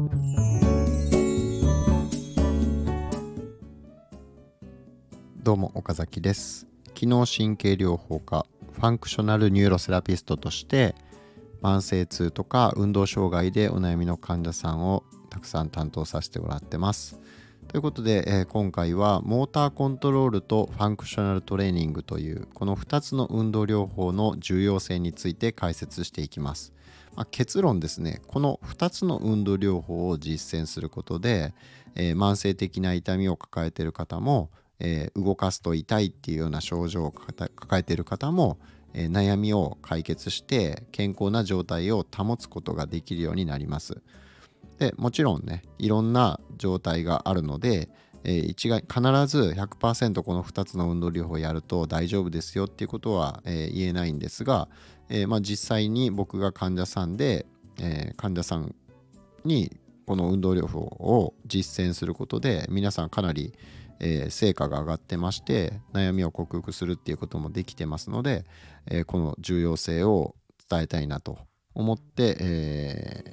どうも岡崎です。機能神経療法科ファンクショナルニューロセラピストとして慢性痛とか運動障害でお悩みの患者さんをたくさん担当させてもらってます。ということで、今回はモーターコントロールとファンクショナルトレーニングというこの2つの運動療法の重要性について解説していきます。結論ですね、この2つの運動療法を実践することで、慢性的な痛みを抱えている方も動かすと痛いっていうような症状を抱えている方も、悩みを解決して健康な状態を保つことができるようになります。でもちろんね、いろんな状態があるので、一概必ず 100% この2つの運動療法をやると大丈夫ですよっていうことは、言えないんですが、実際に僕が患者さんで、患者さんにこの運動療法を実践することで皆さんかなり成果が上がってまして、悩みを克服するっていうこともできてますので、この重要性を伝えたいなと思って、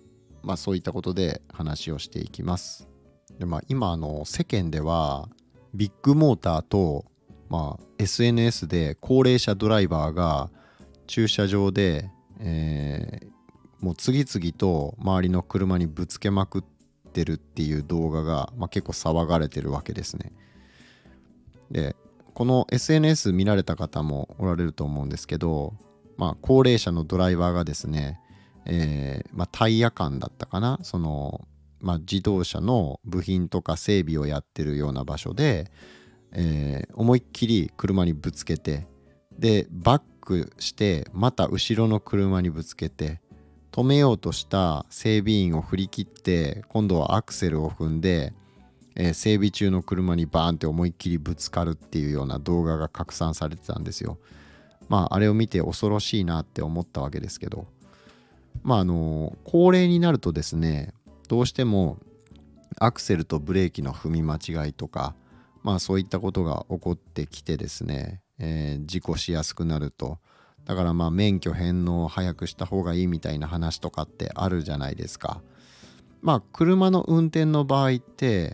そういったことで話をしていきます。で、今世間ではビッグモーターと、SNS で高齢者ドライバーが駐車場で、もう次々と周りの車にぶつけまくってるっていう動画が、結構騒がれてるわけですね。で、この SNS 見られた方もおられると思うんですけど、高齢者のドライバーがですね、タイヤ館だったかな、自動車の部品とか整備をやってるような場所で、思いっきり車にぶつけて、でバックしてまた後ろの車にぶつけて、止めようとした整備員を振り切って今度はアクセルを踏んで、整備中の車にバーンって思いっきりぶつかるっていうような動画が拡散されてたんですよ。あれを見て恐ろしいなって思ったわけですけど、高齢になるとですね、どうしてもアクセルとブレーキの踏み間違いとか、そういったことが起こってきてですね、事故しやすくなると。だから免許返納を早くした方がいいみたいな話とかってあるじゃないですか。車の運転の場合って、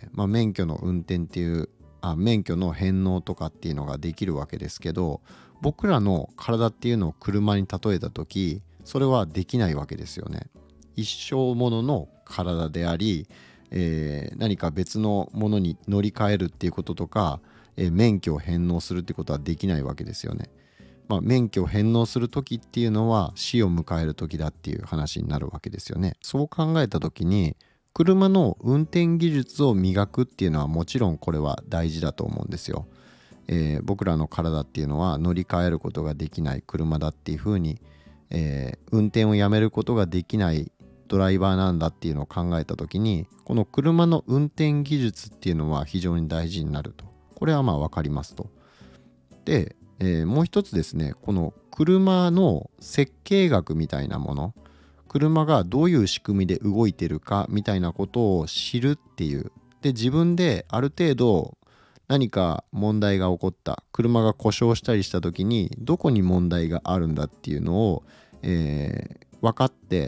免許の運転っていう免許の返納とかっていうのができるわけですけど、僕らの体っていうのを車に例えた時、それはできないわけですよね。一生ものの体であり、何か別のものに乗り換えるっていうこととか、免許を返納するってことはできないわけですよね。免許を返納する時っていうのは死を迎える時だっていう話になるわけですよね。そう考えた時に、車の運転技術を磨くっていうのはもちろんこれは大事だと思うんですよ。僕らの体っていうのは乗り換えることができない車だっていうふうに、運転をやめることができないドライバーなんだっていうのを考えた時に、この車の運転技術っていうのは非常に大事になると。これは分かりますと。で、もう一つですね、この車の設計学みたいなもの、車がどういう仕組みで動いてるかみたいなことを知るっていう。で、自分である程度何か問題が起こった、車が故障したりした時にどこに問題があるんだっていうのを、分かって、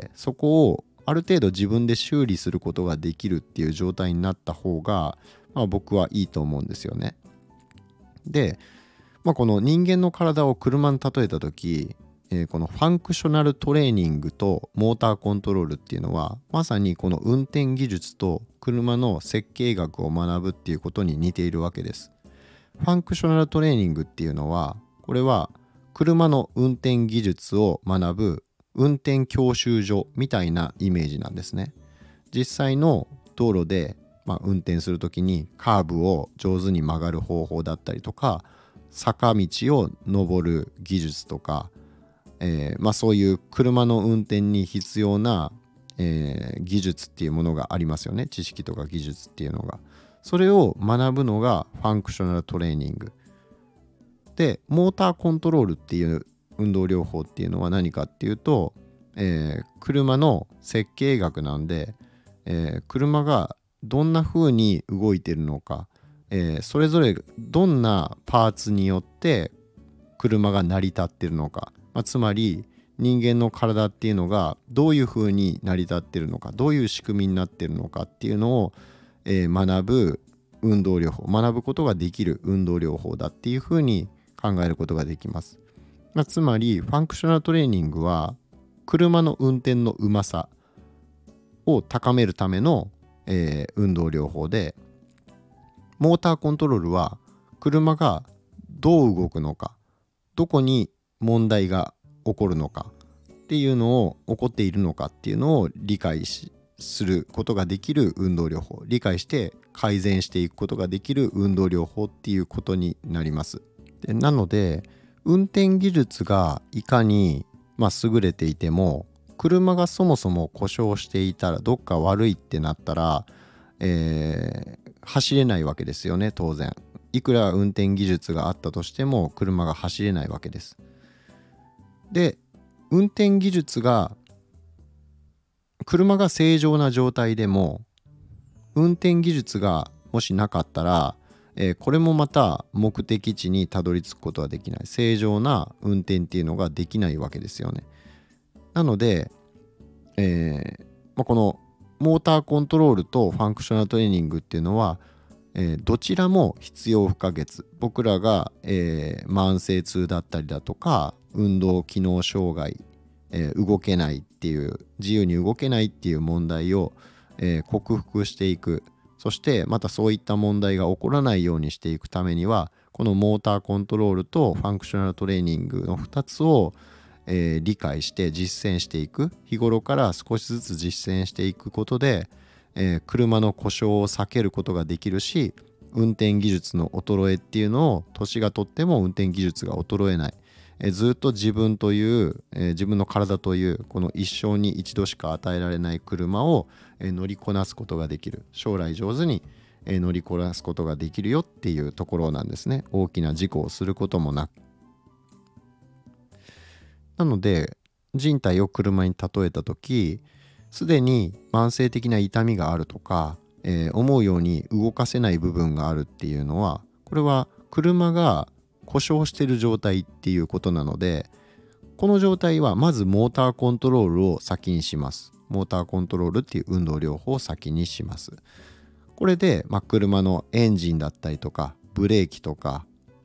そこをある程度自分で修理することができるっていう状態になった方が、僕はいいと思うんですよね。で、この人間の体を車に例えた時、このファンクショナルトレーニングとモーターコントロールっていうのはまさにこの運転技術と車の設計学を学ぶっていうことに似ているわけです。ファンクショナルトレーニングっていうのは、これは車の運転技術を学ぶ運転教習所みたいなイメージなんですね。実際の道路で、運転するときにカーブを上手に曲がる方法だったりとか、坂道を登る技術とか、そういう車の運転に必要な、技術っていうものがありますよね。知識とか技術っていうのが。それを学ぶのがファンクショナルトレーニング。で、モーターコントロールっていう運動療法っていうのは何かっていうと、車の設計学なんで、車がどんな風に動いてるのか、それぞれどんなパーツによって車が成り立ってるのか、つまり人間の体っていうのがどういうふうに成り立ってるのか、どういう仕組みになってるのかっていうのを、学ぶ運動療法、学ぶことができる運動療法だっていうふうに考えることができます。つまりファンクショナルトレーニングは車の運転のうまさを高めるための、運動療法で、モーターコントロールは車がどう動くのか、どこに問題が起こるのかっていうのを起こっているのかっていうのを理解することができる運動療法、理解して改善していくことができる運動療法っていうことになります。でなので運転技術がいかに、優れていても、車がそもそも故障していたら、どっか悪いってなったら、走れないわけですよね。当然いくら運転技術があったとしても車が走れないわけです。で運転技術が、車が正常な状態でも運転技術がもしなかったら、これもまた目的地にたどり着くことはできない、正常な運転っていうのができないわけですよね。なので、このモーターコントロールとファンクショナルトレーニングっていうのは、どちらも必要不可欠。僕らが、慢性痛だったりだとか、運動機能障害、動けないっていう、自由に動けないっていう問題を、克服していく。そしてまたそういった問題が起こらないようにしていくためには、このモーターコントロールとファンクショナルトレーニングの2つを、理解して実践していく。日頃から少しずつ実践していくことで、車の故障を避けることができるし、運転技術の衰えっていうのを、年がとっても運転技術が衰えない、ずっと自分という、自分の体というこの一生に一度しか与えられない車を、乗りこなすことができる。将来上手に、乗りこなすことができるよっていうところなんですね。大きな事故をすることもなく。なので人体を車に例えた時、すでに慢性的な痛みがあるとか、思うように動かせない部分があるっていうのは、これは車が故障している状態っていうことなので、この状態はまずモーターコントロールを先にします。モーターコントロールっていう運動療法を先にします。これで、車のエンジンだったりとかブレーキとか、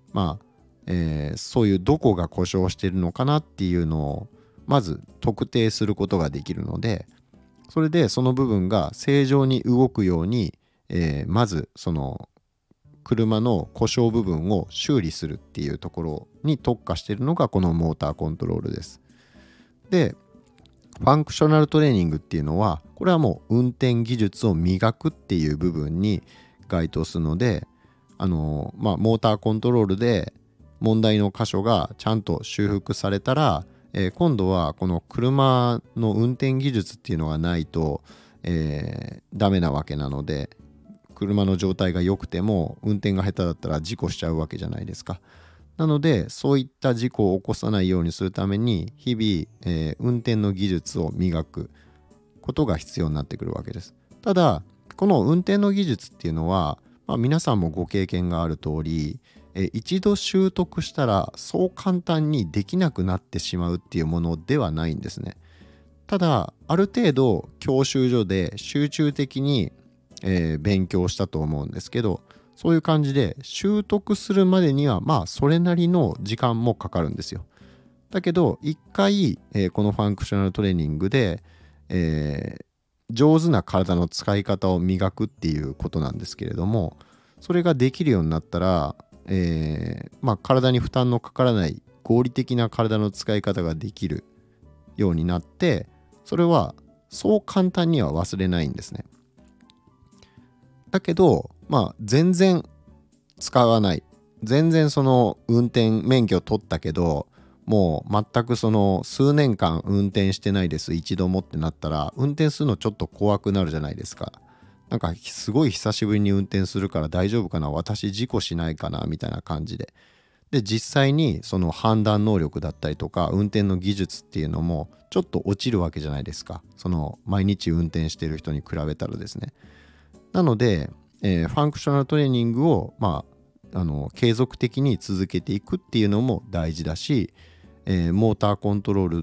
そういうどこが故障しているのかなっていうのをまず特定することができるので、それでその部分が正常に動くように、まずその車の故障部分を修理するっていうところに特化しているのがこのモーターコントロールです。で、ファンクショナルトレーニングっていうのは、これはもう運転技術を磨くっていう部分に該当するので、モーターコントロールで問題の箇所がちゃんと修復されたら、今度はこの車の運転技術っていうのがないと、ダメなわけなので、車の状態が良くても運転が下手だったら事故しちゃうわけじゃないですか。なのでそういった事故を起こさないようにするために日々、運転の技術を磨くことが必要になってくるわけです。ただこの運転の技術っていうのは、皆さんもご経験がある通り、一度習得したらそう簡単にできなくなってしまうっていうものではないんですね。ただある程度教習所で集中的に、勉強したと思うんですけど、そういう感じで習得するまでにはそれなりの時間もかかるんですよ。だけど一回、このファンクショナルトレーニングで、上手な体の使い方を磨くっていうことなんですけれども、それができるようになったら、体に負担のかからない合理的な体の使い方ができるようになって、それはそう簡単には忘れないんですね。だけど全然使わない、全然その運転免許取ったけどもう全くその数年間運転してないです一度もってなったら、運転するのちょっと怖くなるじゃないですか。なんかすごい久しぶりに運転するから大丈夫かな、私事故しないかなみたいな感じで、実際にその判断能力だったりとか運転の技術っていうのもちょっと落ちるわけじゃないですか。その毎日運転してる人に比べたらですね。なので、ファンクショナルトレーニングを継続的に続けていくっていうのも大事だし、モーターコントロール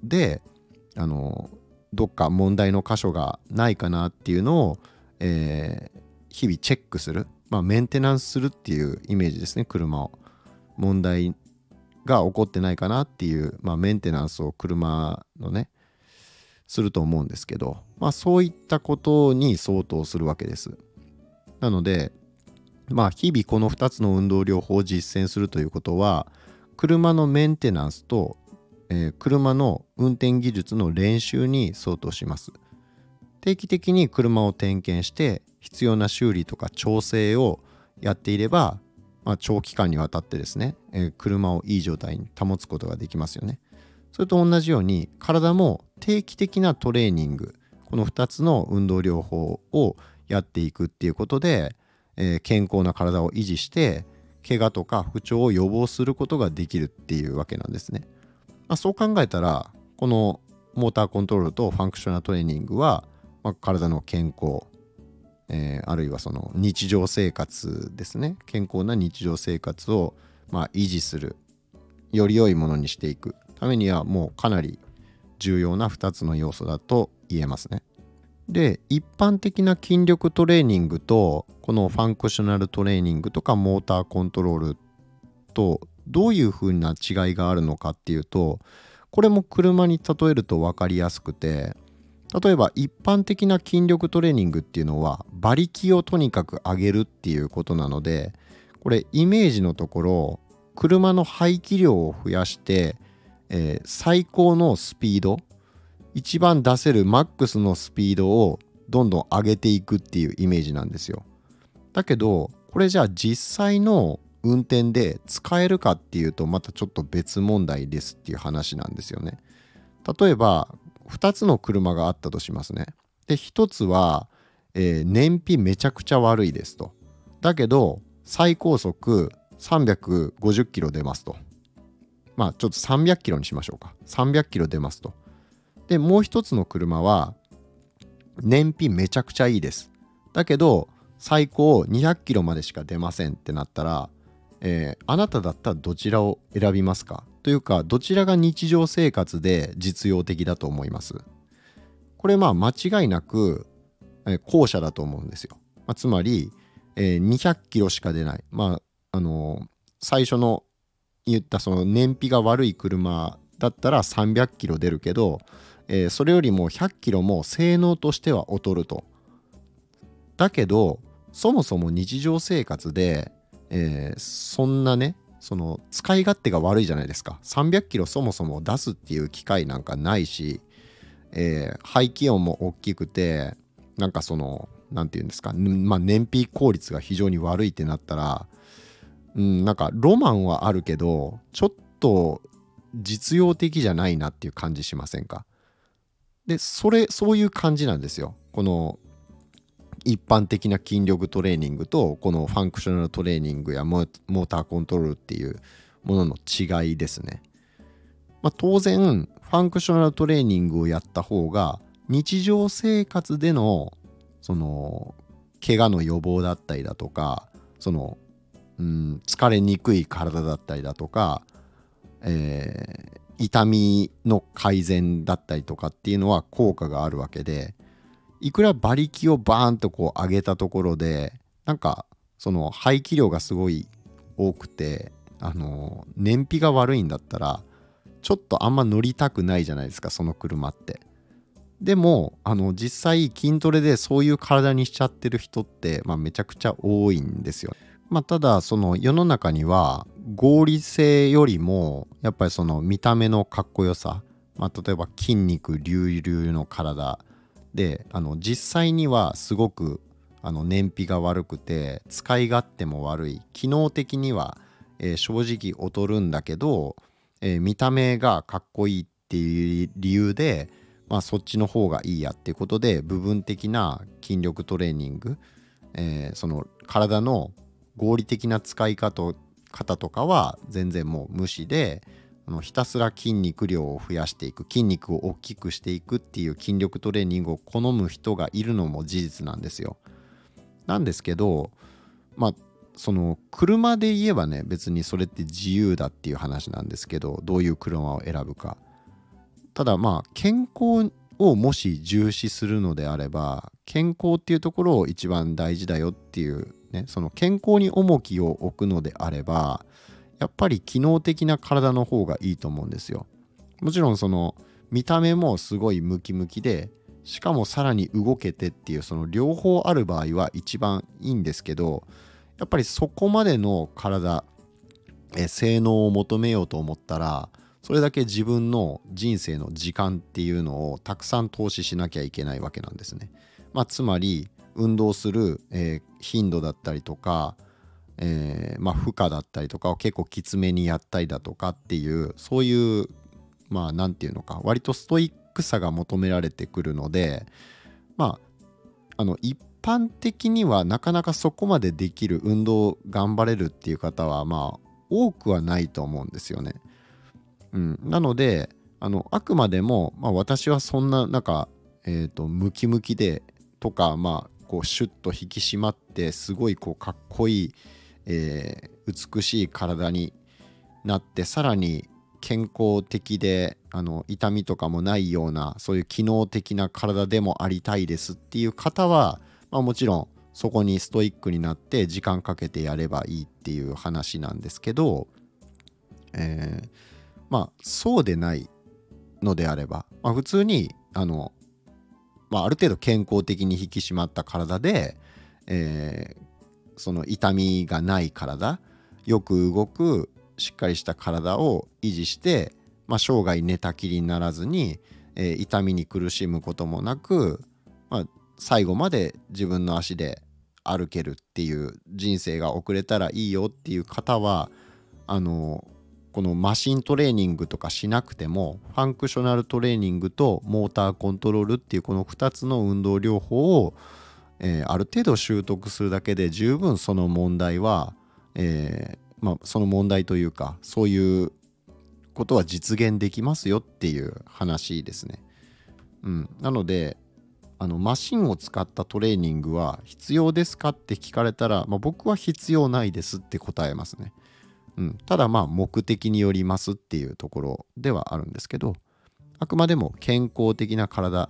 でどっか問題の箇所がないかなっていうのを、日々チェックする、メンテナンスするっていうイメージですね。車を問題が起こってないかなっていう、メンテナンスを車のねすると思うんですけど、そういったことに相当するわけです。なので日々この2つの運動療法を実践するということは、車のメンテナンスと、車の運転技術の練習に相当します。定期的に車を点検して必要な修理とか調整をやっていれば、長期間にわたってですね、車をいい状態に保つことができますよね。それと同じように体も定期的なトレーニング、この2つの運動療法をやっていくっていうことで、健康な体を維持して怪我とか不調を予防することができるっていうわけなんですね。そう考えたらこのモーターコントロールとファンクショナルトレーニングは、体の健康、あるいはその日常生活ですね、健康な日常生活を維持する、より良いものにしていくためにはもうかなり重要な2つの要素だと言えますね。で、一般的な筋力トレーニングとこのファンクショナルトレーニングとかモーターコントロールとどういうふうな違いがあるのかっていうと、これも車に例えると分かりやすくて、例えば一般的な筋力トレーニングっていうのは馬力をとにかく上げるっていうことなので、これイメージのところ車の排気量を増やして、最高のスピード、一番出せるマックスのスピードをどんどん上げていくっていうイメージなんですよ。だけどこれじゃあ実際の運転で使えるかっていうとまたちょっと別問題ですっていう話なんですよね。例えば2つの車があったとしますね。で1つは、燃費めちゃくちゃ悪いですと。だけど最高速350キロ出ますと。ちょっと300キロにしましょうか。300キロ出ますと。でもう一つの車は燃費めちゃくちゃいいです。だけど最高200キロまでしか出ませんってなったら、あなただったらどちらを選びますか？というかどちらが日常生活で実用的だと思います？これ間違いなく、後者だと思うんですよ。つまり、200キロしか出ない。最初の言ったその燃費が悪い車だったら300キロ出るけど、それよりも100キロも性能としては劣ると。だけどそもそも日常生活で、そんなね、その使い勝手が悪いじゃないですか。300キロそもそも出すっていう機会なんかないし、排気音も大きくて、なんかそのなんていうんですか、燃費効率が非常に悪いってなったら、なんかロマンはあるけどちょっと実用的じゃないなっていう感じしませんか？でそういう感じなんですよ。この一般的な筋力トレーニングとこのファンクショナルトレーニングやモーターコントロールっていうものの違いですね。当然ファンクショナルトレーニングをやった方が日常生活でのその怪我の予防だったりだとか、その疲れにくい体だったりだとか、痛みの改善だったりとかっていうのは効果があるわけで、いくら馬力をバーンとこう上げたところでなんかその排気量がすごい多くて燃費が悪いんだったらちょっとあんま乗りたくないじゃないですか、その車って。でも実際筋トレでそういう体にしちゃってる人って、めちゃくちゃ多いんですよ。ただその世の中には合理性よりもやっぱりその見た目のかっこよさ、例えば筋肉隆々の体で実際にはすごく燃費が悪くて使い勝手も悪い、機能的には、正直劣るんだけど、見た目がかっこいいっていう理由で、そっちの方がいいやっていうことで部分的な筋力トレーニング、その体の合理的な使い方とかは全然もう無視で、ひたすら筋肉量を増やしていく、筋肉を大きくしていくっていう筋力トレーニングを好む人がいるのも事実なんですよ。なんですけど、その車で言えばね、別にそれって自由だっていう話なんですけど、どういう車を選ぶか。 ただまあ健康をもし重視するのであれば、健康っていうところを一番大事だよっていうね、その健康に重きを置くのであれば、やっぱり機能的な体の方がいいと思うんですよ。もちろんその見た目もすごいムキムキで、しかもさらに動けてっていう、その両方ある場合は一番いいんですけど、やっぱりそこまでの体、性能を求めようと思ったら、それだけ自分の人生の時間っていうのをたくさん投資しなきゃいけないわけなんですね。つまり運動する、頻度だったりとか、負荷だったりとかを結構きつめにやったりだとかっていう、そういうなんていうのか、割とストイックさが求められてくるので、一般的にはなかなかそこまでできる運動を頑張れるっていう方は多くはないと思うんですよね。なのであくまでも、私はそんなムキムキでとか、こうシュッと引き締まってすごいこうかっこいい、美しい体になって、さらに健康的で痛みとかもないような、そういう機能的な体でもありたいですっていう方は、もちろんそこにストイックになって時間かけてやればいいっていう話なんですけど、そうでないのであれば、普通にある程度健康的に引き締まった体で、その痛みがない体、よく動くしっかりした体を維持して、生涯寝たきりにならずに、痛みに苦しむこともなく、最後まで自分の足で歩けるっていう人生が送れたらいいよっていう方は、このマシントレーニングとかしなくても、ファンクショナルトレーニングとモーターコントロールっていうこの2つの運動療法を、ある程度習得するだけで十分その問題は、その問題というか、そういうことは実現できますよっていう話ですね。なのでマシンを使ったトレーニングは必要ですかって聞かれたら、僕は必要ないですって答えますね。ただ目的によりますっていうところではあるんですけど、あくまでも健康的な体、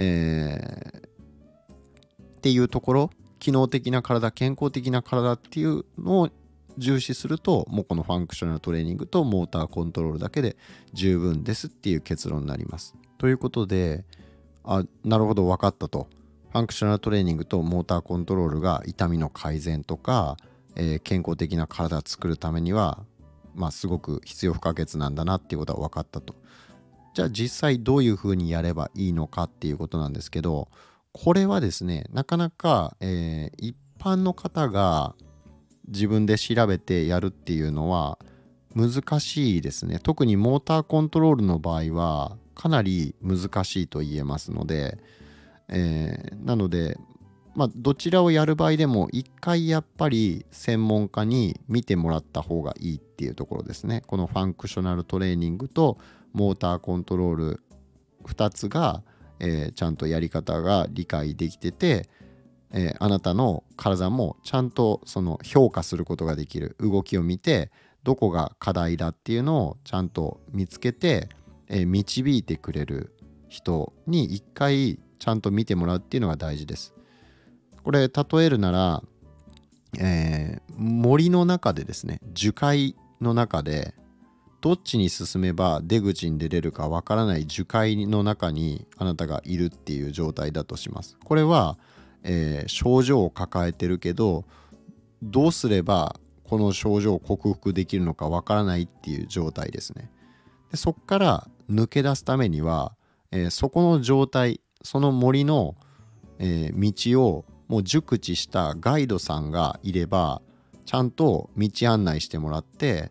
っていうところ、機能的な体、健康的な体っていうのを重視すると、もうこのファンクショナルトレーニングとモーターコントロールだけで十分ですっていう結論になります。ということで、なるほど、分かったと。ファンクショナルトレーニングとモーターコントロールが痛みの改善とか、健康的な体を作るためには、すごく必要不可欠なんだなっていうことは分かったと。じゃあ実際どういうふうにやればいいのかっていうことなんですけど、これはですね、なかなか、一般の方が自分で調べてやるっていうのは難しいですね。特にモーターコントロールの場合はかなり難しいと言えますので、なのでどちらをやる場合でも一回やっぱり専門家に見てもらった方がいいっていうところですね。このファンクショナルトレーニングとモーターコントロール2つが、ちゃんとやり方が理解できてて、あなたの体もちゃんとその評価することができる、動きを見てどこが課題だっていうのをちゃんと見つけて、導いてくれる人に一回ちゃんと見てもらうっていうのが大事です。これ例えるなら、森の中でですね、樹海の中でどっちに進めば出口に出れるかわからない樹海の中にあなたがいるっていう状態だとします。これは、症状を抱えてるけど、どうすればこの症状を克服できるのかわからないっていう状態ですね。でそこから抜け出すためには、そこの状態、その森の、道をもう熟知したガイドさんがいれば、ちゃんと道案内してもらって、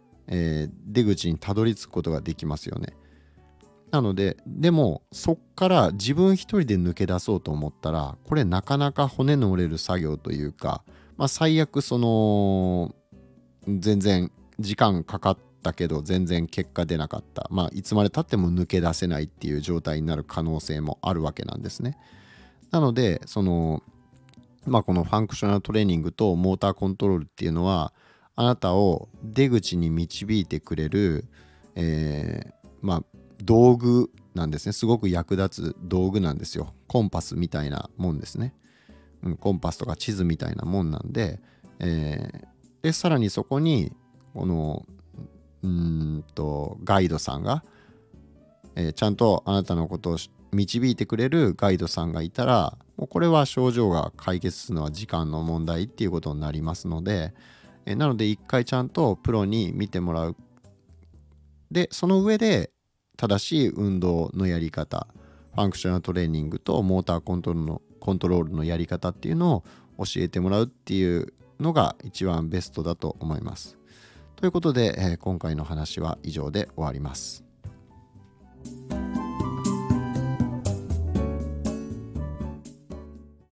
出口にたどり着くことができますよね。なので、でもそっから自分一人で抜け出そうと思ったら、これなかなか骨の折れる作業というか、最悪その全然時間かかったけど全然結果出なかった、いつまで経っても抜け出せないっていう状態になる可能性もあるわけなんですね。なのでこのファンクショナルトレーニングとモーターコントロールっていうのは、あなたを出口に導いてくれる、 道具なんですね。すごく役立つ道具なんですよ。コンパスみたいなもんですね。コンパスとか地図みたいなもんなんで、でさらにそこにこのガイドさんが、ちゃんとあなたのことを導いてくれるガイドさんがいたら、もうこれは症状が解決するのは時間の問題っていうことになりますので、なので一回ちゃんとプロに見てもらう。でその上で正しい運動のやり方、ファンクショナルトレーニングとモーターコントロールのやり方っていうのを教えてもらうっていうのが一番ベストだと思います。ということで、今回の話は以上で終わります。